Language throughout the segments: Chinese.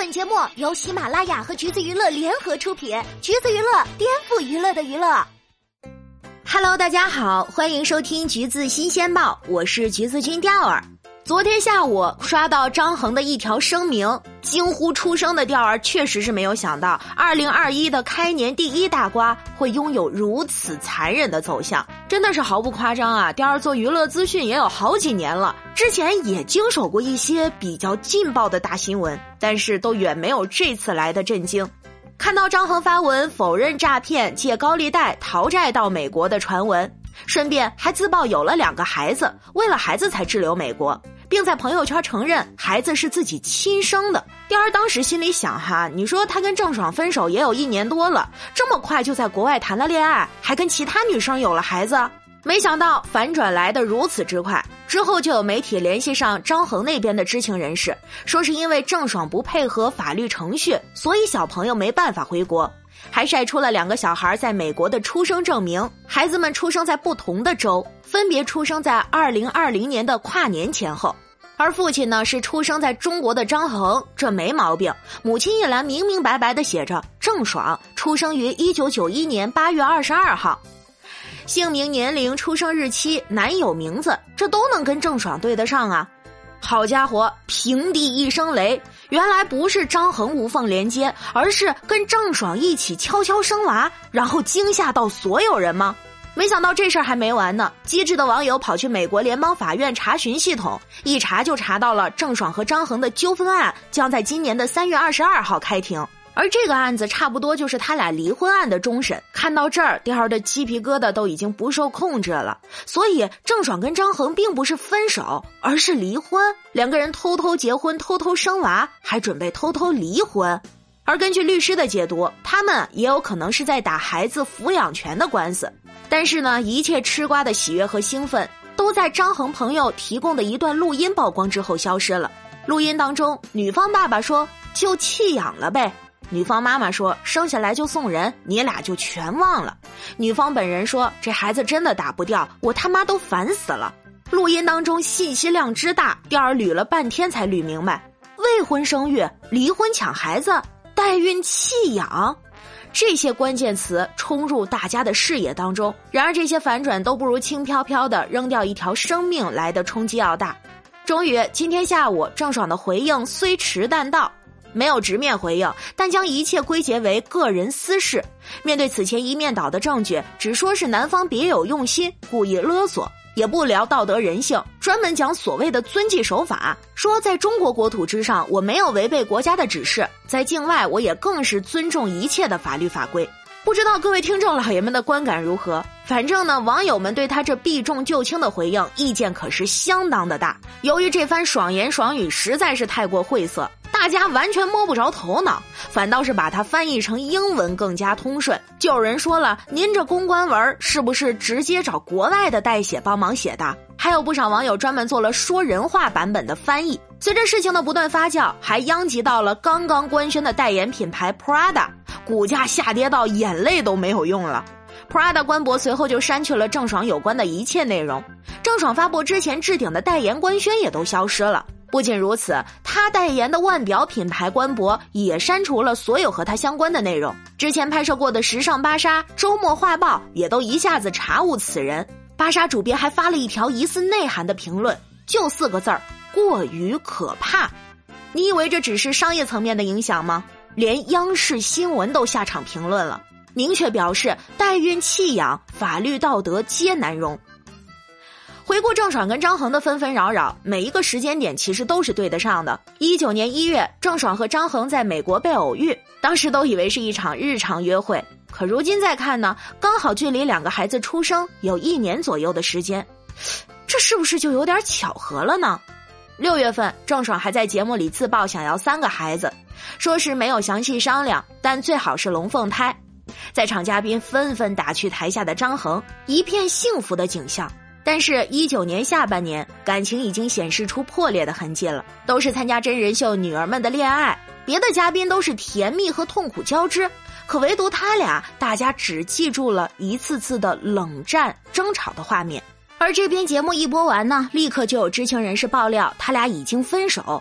本节目由喜马拉雅和橘子娱乐联合出品，橘子娱乐颠覆娱乐的娱乐。Hello， 大家好，欢迎收听橘子新鲜报，我是橘子君钓儿。昨天下午刷到张恒的一条声明，惊呼出生的钓儿确实是没有想到2021的开年第一大瓜会拥有如此残忍的走向，真的是毫不夸张啊！钓儿做娱乐资讯也有好几年了，之前也经手过一些比较劲爆的大新闻，但是都远没有这次来的震惊。看到张恒发文否认诈骗借高利贷逃债到美国的传闻，顺便还自曝有了2个孩子，为了孩子才滞留美国，并在朋友圈承认孩子是自己亲生的。钓儿当时心里想哈，你说他跟郑爽分手也有1年多了，这么快就在国外谈了恋爱，还跟其他女生有了孩子，没想到反转来得如此之快。之后就有媒体联系上张恒那边的知情人士，说是因为郑爽不配合法律程序，所以小朋友没办法回国，还晒出了2个小孩在美国的出生证明，孩子们出生在不同的州，分别出生在2020年的跨年前后。而父亲呢是出生在中国的张恒，这没毛病，母亲一栏明明白白地写着郑爽，出生于1991年8月22号。姓名、年龄、出生日期、男友名字，这都能跟郑爽对得上啊！好家伙，平地一声雷，原来不是张恒无缝连接，而是跟郑爽一起悄悄生娃，然后惊吓到所有人吗？没想到这事儿还没完呢，机智的网友跑去美国联邦法院查询系统，一查就查到了郑爽和张恒的纠纷案将在今年的3月22号开庭。而这个案子差不多就是他俩离婚案的终审。看到这儿，钓儿的鸡皮疙瘩都已经不受控制了。所以郑爽跟张恒并不是分手，而是离婚，2个人偷偷结婚，偷偷生娃，还准备偷偷离婚。而根据律师的解读，他们也有可能是在打孩子抚养权的官司。但是呢，一切吃瓜的喜悦和兴奋都在张恒朋友提供的一段录音曝光之后消失了。录音当中，女方爸爸说就弃养了呗，女方妈妈说生下来就送人，你俩就全忘了。女方本人说这孩子真的打不掉，我他妈都烦死了。录音当中信息量之大，钓儿捋了半天才捋明白，未婚生育、离婚抢孩子、代孕弃养，这些关键词冲入大家的视野当中。然而这些反转都不如轻飘飘的扔掉一条生命来的冲击要大。终于今天下午，郑爽的回应虽迟但到，没有直面回应，但将一切归结为个人私事。面对此前一面倒的证据，只说是男方别有用心，故意勒索，也不聊道德人性，专门讲所谓的遵纪守法，说在中国国土之上我没有违背国家的指示，在境外我也更是尊重一切的法律法规。不知道各位听众老爷们的观感如何？反正呢，网友们对他这避重就轻的回应意见可是相当的大。由于这番爽言爽语实在是太过晦涩，大家完全摸不着头脑，反倒是把它翻译成英文更加通顺。就有人说了，您这公关文是不是直接找国外的代写帮忙写的？还有不少网友专门做了说人话版本的翻译。随着事情的不断发酵，还殃及到了刚刚官宣的代言品牌 Prada， 股价下跌到眼泪都没有用了。Prada 官博随后就删去了郑爽有关的一切内容，郑爽发布之前置顶的代言官宣也都消失了。不仅如此，他代言的腕表品牌官博也删除了所有和他相关的内容，之前拍摄过的时尚芭莎、周末画报也都一下子查无此人。芭莎主编还发了一条疑似内涵的评论，就4个字儿：过于可怕。你以为这只是商业层面的影响吗？连央视新闻都下场评论了，明确表示代孕弃养法律道德皆难容。回顾郑爽跟张恒的纷纷扰扰，每一个时间点其实都是对得上的。19年1月，郑爽和张恒在美国被偶遇，当时都以为是一场日常约会，可如今再看呢，刚好距离2个孩子出生有1年左右的时间，这是不是就有点巧合了呢？6月份，郑爽还在节目里自曝想要3个孩子，说是没有详细商量，但最好是龙凤胎。在场嘉宾纷纷打趣台下的张恒，一片幸福的景象。但是19年下半年，感情已经显示出破裂的痕迹了，都是参加真人秀女儿们的恋爱，别的嘉宾都是甜蜜和痛苦交织，可唯独他俩，大家只记住了一次次的冷战争吵的画面。而这篇节目一播完呢，立刻就有知情人士爆料他俩已经分手。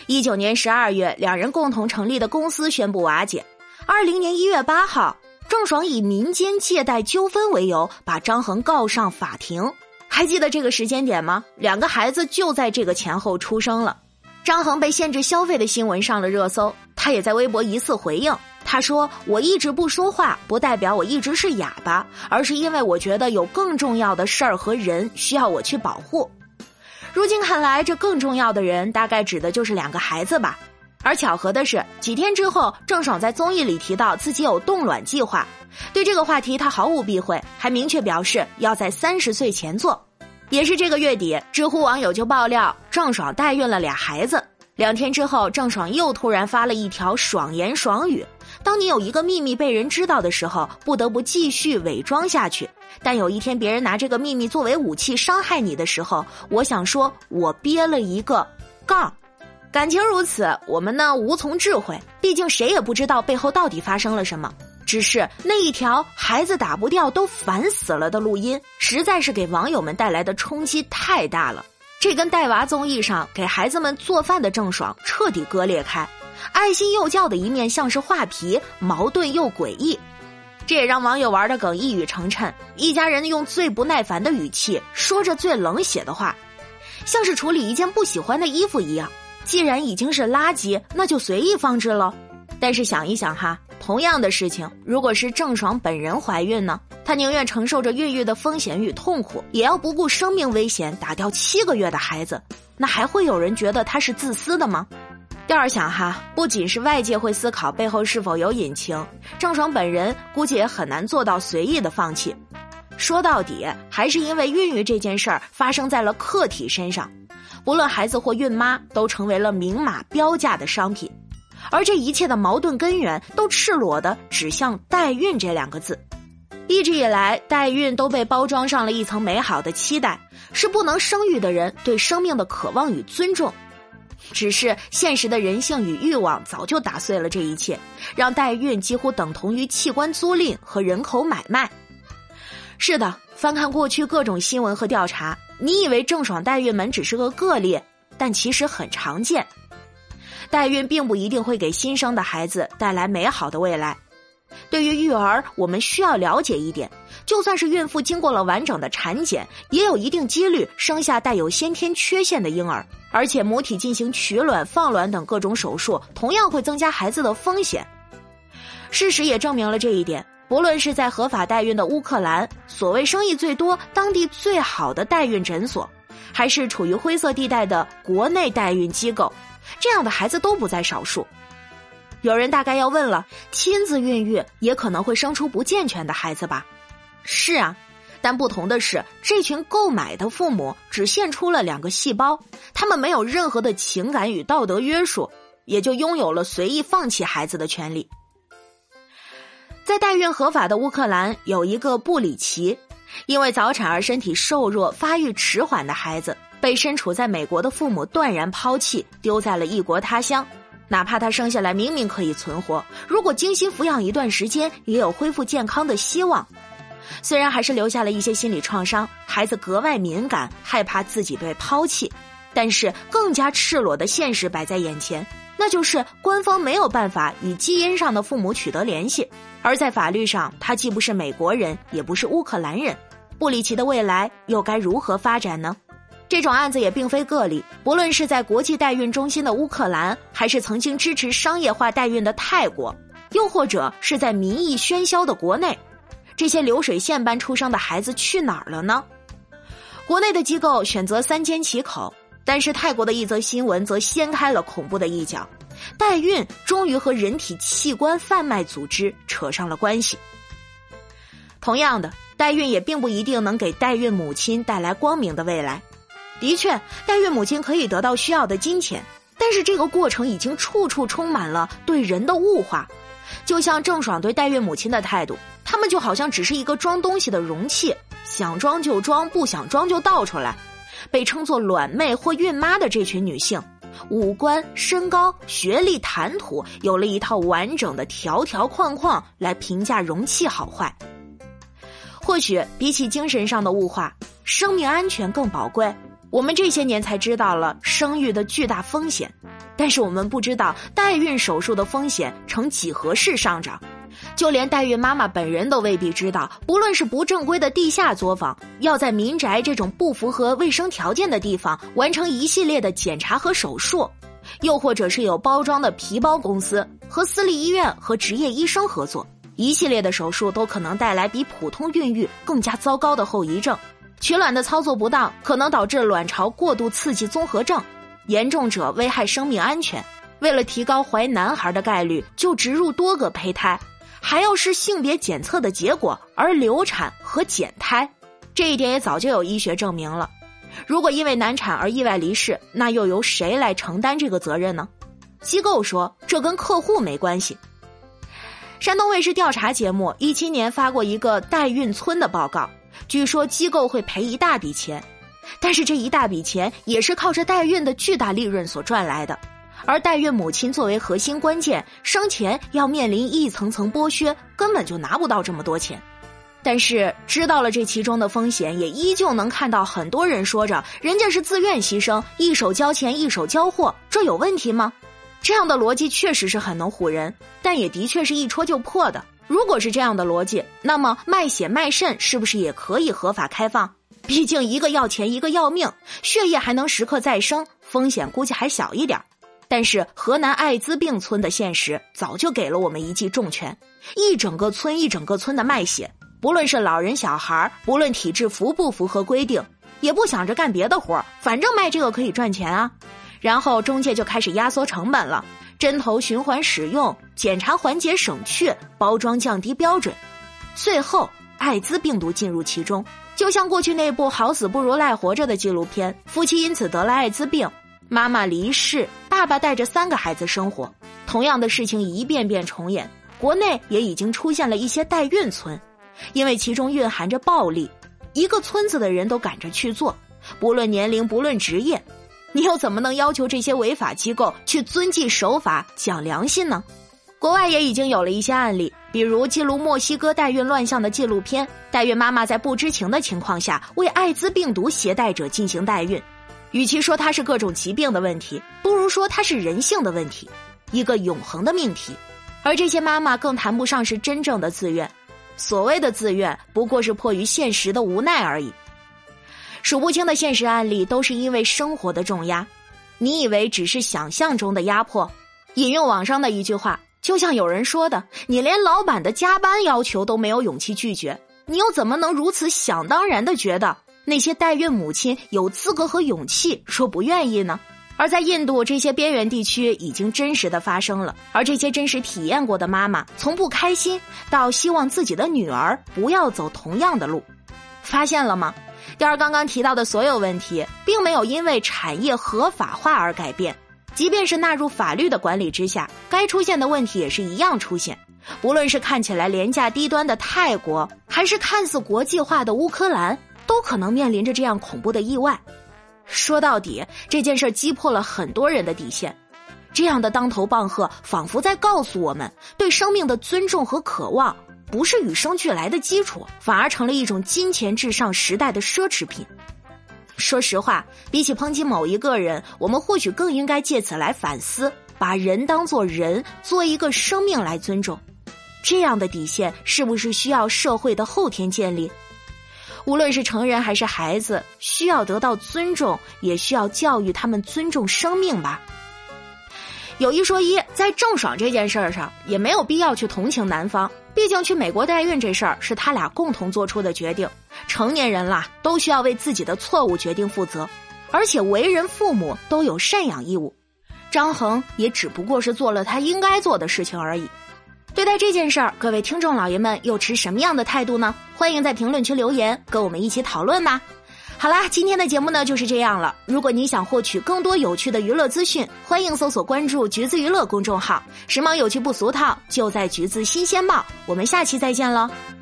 19年12月，两人共同成立的公司宣布瓦解。20年1月8号，郑爽以民间借贷纠纷为由，把张恒告上法庭。还记得这个时间点吗？两个孩子就在这个前后出生了。张恒被限制消费的新闻上了热搜，他也在微博疑似回应。他说，我一直不说话，不代表我一直是哑巴，而是因为我觉得有更重要的事儿和人需要我去保护。如今看来，这更重要的人大概指的就是两个孩子吧。而巧合的是，几天之后，郑爽在综艺里提到自己有冻卵计划，对这个话题她毫无避讳，还明确表示要在30岁前做。也是这个月底，知乎网友就爆料郑爽代孕了俩孩子。2天之后，郑爽又突然发了一条爽言爽语：当你有一个秘密被人知道的时候，不得不继续伪装下去，但有一天别人拿这个秘密作为武器伤害你的时候，我想说我憋了一个杠。感情如此，我们呢无从智慧，毕竟谁也不知道背后到底发生了什么。只是那一条孩子打不掉都烦死了的录音，实在是给网友们带来的冲击太大了。这跟带娃综艺上给孩子们做饭的郑爽彻底割裂开，爱新幼教的一面像是画皮，矛盾又诡异。这也让网友玩的梗一语成谶，一家人用最不耐烦的语气说着最冷血的话，像是处理一件不喜欢的衣服一样，既然已经是垃圾，那就随意放置了。但是想一想哈，同样的事情，如果是郑爽本人怀孕呢？她宁愿承受着孕育的风险与痛苦，也要不顾生命危险打掉7个月的孩子，那还会有人觉得她是自私的吗？第二想哈，不仅是外界会思考背后是否有隐情，郑爽本人估计也很难做到随意的放弃。说到底，还是因为孕育这件事儿发生在了客体身上，不论孩子或孕妈，都成为了明码标价的商品。而这一切的矛盾根源都赤裸地指向代孕这2个字。一直以来，代孕都被包装上了一层美好的期待，是不能生育的人对生命的渴望与尊重。只是现实的人性与欲望早就打碎了这一切，让代孕几乎等同于器官租赁和人口买卖。是的，翻看过去各种新闻和调查，你以为郑爽代孕门只是个个例，但其实很常见。代孕并不一定会给新生的孩子带来美好的未来。对于育儿，我们需要了解一点，就算是孕妇经过了完整的产检，也有一定几率生下带有先天缺陷的婴儿，而且母体进行取卵、放卵等各种手术，同样会增加孩子的风险。事实也证明了这一点，不论是在合法代孕的乌克兰，所谓生意最多、当地最好的代孕诊所，还是处于灰色地带的国内代孕机构，这样的孩子都不在少数。有人大概要问了，亲自孕育也可能会生出不健全的孩子吧？是啊，但不同的是，这群购买的父母只献出了2个细胞，他们没有任何的情感与道德约束，也就拥有了随意放弃孩子的权利。在代孕合法的乌克兰，有一个布里奇，因为早产而身体瘦弱、发育迟缓的孩子，被身处在美国的父母断然抛弃，丢在了异国他乡。哪怕他生下来明明可以存活，如果精心抚养一段时间，也有恢复健康的希望。虽然还是留下了一些心理创伤，孩子格外敏感，害怕自己被抛弃，但是更加赤裸的现实摆在眼前，那就是官方没有办法与基因上的父母取得联系，而在法律上，他既不是美国人，也不是乌克兰人。布里奇的未来又该如何发展呢？这种案子也并非个例，不论是在国际代孕中心的乌克兰，还是曾经支持商业化代孕的泰国，又或者是在民意喧嚣的国内，这些流水线般出生的孩子去哪儿了呢？国内的机构选择3缄其口，但是泰国的一则新闻则掀开了恐怖的一角，代孕终于和人体器官贩卖组织扯上了关系。同样的，代孕也并不一定能给代孕母亲带来光明的未来。的确，代孕母亲可以得到需要的金钱，但是这个过程已经处处充满了对人的物化。就像郑爽对代孕母亲的态度，他们就好像只是一个装东西的容器，想装就装，不想装就倒出来。被称作卵妹或孕妈的这群女性，五官、身高、学历、谈吐有了一套完整的条条框框来评价容器好坏。或许比起精神上的物化，生命安全更宝贵。我们这些年才知道了生育的巨大风险， 但是我们不知道代孕手术的风险呈几何式上涨。就连代孕妈妈本人都未必知道，不论是不正规的地下作坊，要在民宅这种不符合卫生条件的地方完成一系列的检查和手术，又或者是有包装的皮包公司和私立医院和执业医生合作，一系列的手术都可能带来比普通孕育更加糟糕的后遗症。取卵的操作不当，可能导致卵巢过度刺激综合症，严重者危害生命安全。为了提高怀男孩的概率，就植入多个胚胎，还要视性别检测的结果而流产和减胎。这一点也早就有医学证明了。如果因为难产而意外离世，那又由谁来承担这个责任呢？机构说这跟客户没关系。山东卫视调查节目17年发过一个代孕村的报告，据说机构会赔一大笔钱，但是这一大笔钱也是靠着代孕的巨大利润所赚来的。而代孕母亲作为核心关键，生前要面临一层层剥削，根本就拿不到这么多钱。但是知道了这其中的风险，也依旧能看到很多人说着人家是自愿牺牲，一手交钱一手交货，这有问题吗？这样的逻辑确实是很能唬人，但也的确是一戳就破的。如果是这样的逻辑，那么卖血卖肾是不是也可以合法开放？毕竟一个要钱一个要命，血液还能时刻再生，风险估计还小一点。但是河南艾滋病村的现实早就给了我们一记重拳，一整个村一整个村的卖血，不论是老人小孩，不论体质符不符合规定，也不想着干别的活，反正卖这个可以赚钱啊。然后中介就开始压缩成本了，针头循环使用，检查环节省去，包装降低标准，最后艾滋病毒进入其中。就像过去那部好死不如赖活着的纪录片，夫妻因此得了艾滋病，妈妈离世，爸爸带着3个孩子生活，同样的事情一遍遍重演。国内也已经出现了一些代孕村，因为其中蕴含着暴力，一个村子的人都赶着去做，不论年龄不论职业，你又怎么能要求这些违法机构去遵纪守法讲良心呢？国外也已经有了一些案例，比如记录墨西哥代孕乱象的纪录片，代孕妈妈在不知情的情况下为艾滋病毒携带者进行代孕。与其说它是各种疾病的问题，不如说它是人性的问题，一个永恒的命题。而这些妈妈更谈不上是真正的自愿，所谓的自愿不过是迫于现实的无奈而已。数不清的现实案例都是因为生活的重压，你以为只是想象中的压迫？引用网上的一句话，就像有人说的，你连老板的加班要求都没有勇气拒绝，你又怎么能如此想当然地觉得那些代孕母亲有资格和勇气说不愿意呢？而在印度这些边缘地区已经真实的发生了，而这些真实体验过的妈妈从不开心到希望自己的女儿不要走同样的路。发现了吗？第二刚刚提到的所有问题并没有因为产业合法化而改变，即便是纳入法律的管理之下，该出现的问题也是一样出现。不论是看起来廉价低端的泰国，还是看似国际化的乌克兰，都可能面临着这样恐怖的意外。说到底，这件事击破了很多人的底线。这样的当头棒喝仿佛在告诉我们，对生命的尊重和渴望不是与生俱来的基础，反而成了一种金钱至上时代的奢侈品。说实话，比起抨击某一个人，我们或许更应该借此来反思，把人当作人，做一个生命来尊重。这样的底线是不是需要社会的后天建立？无论是成人还是孩子，需要得到尊重，也需要教育他们尊重生命吧。有一说一，在郑爽这件事儿上，也没有必要去同情男方，毕竟去美国代孕这事儿是他俩共同做出的决定，成年人啦，都需要为自己的错误决定负责，而且为人父母都有赡养义务。张恒也只不过是做了他应该做的事情而已。对待这件事儿，各位听众老爷们又持什么样的态度呢？欢迎在评论区留言，跟我们一起讨论吧。好啦，今天的节目呢就是这样了。如果你想获取更多有趣的娱乐资讯，欢迎搜索关注橘子娱乐公众号，时髦有趣不俗套，就在橘子新鲜报。我们下期再见了。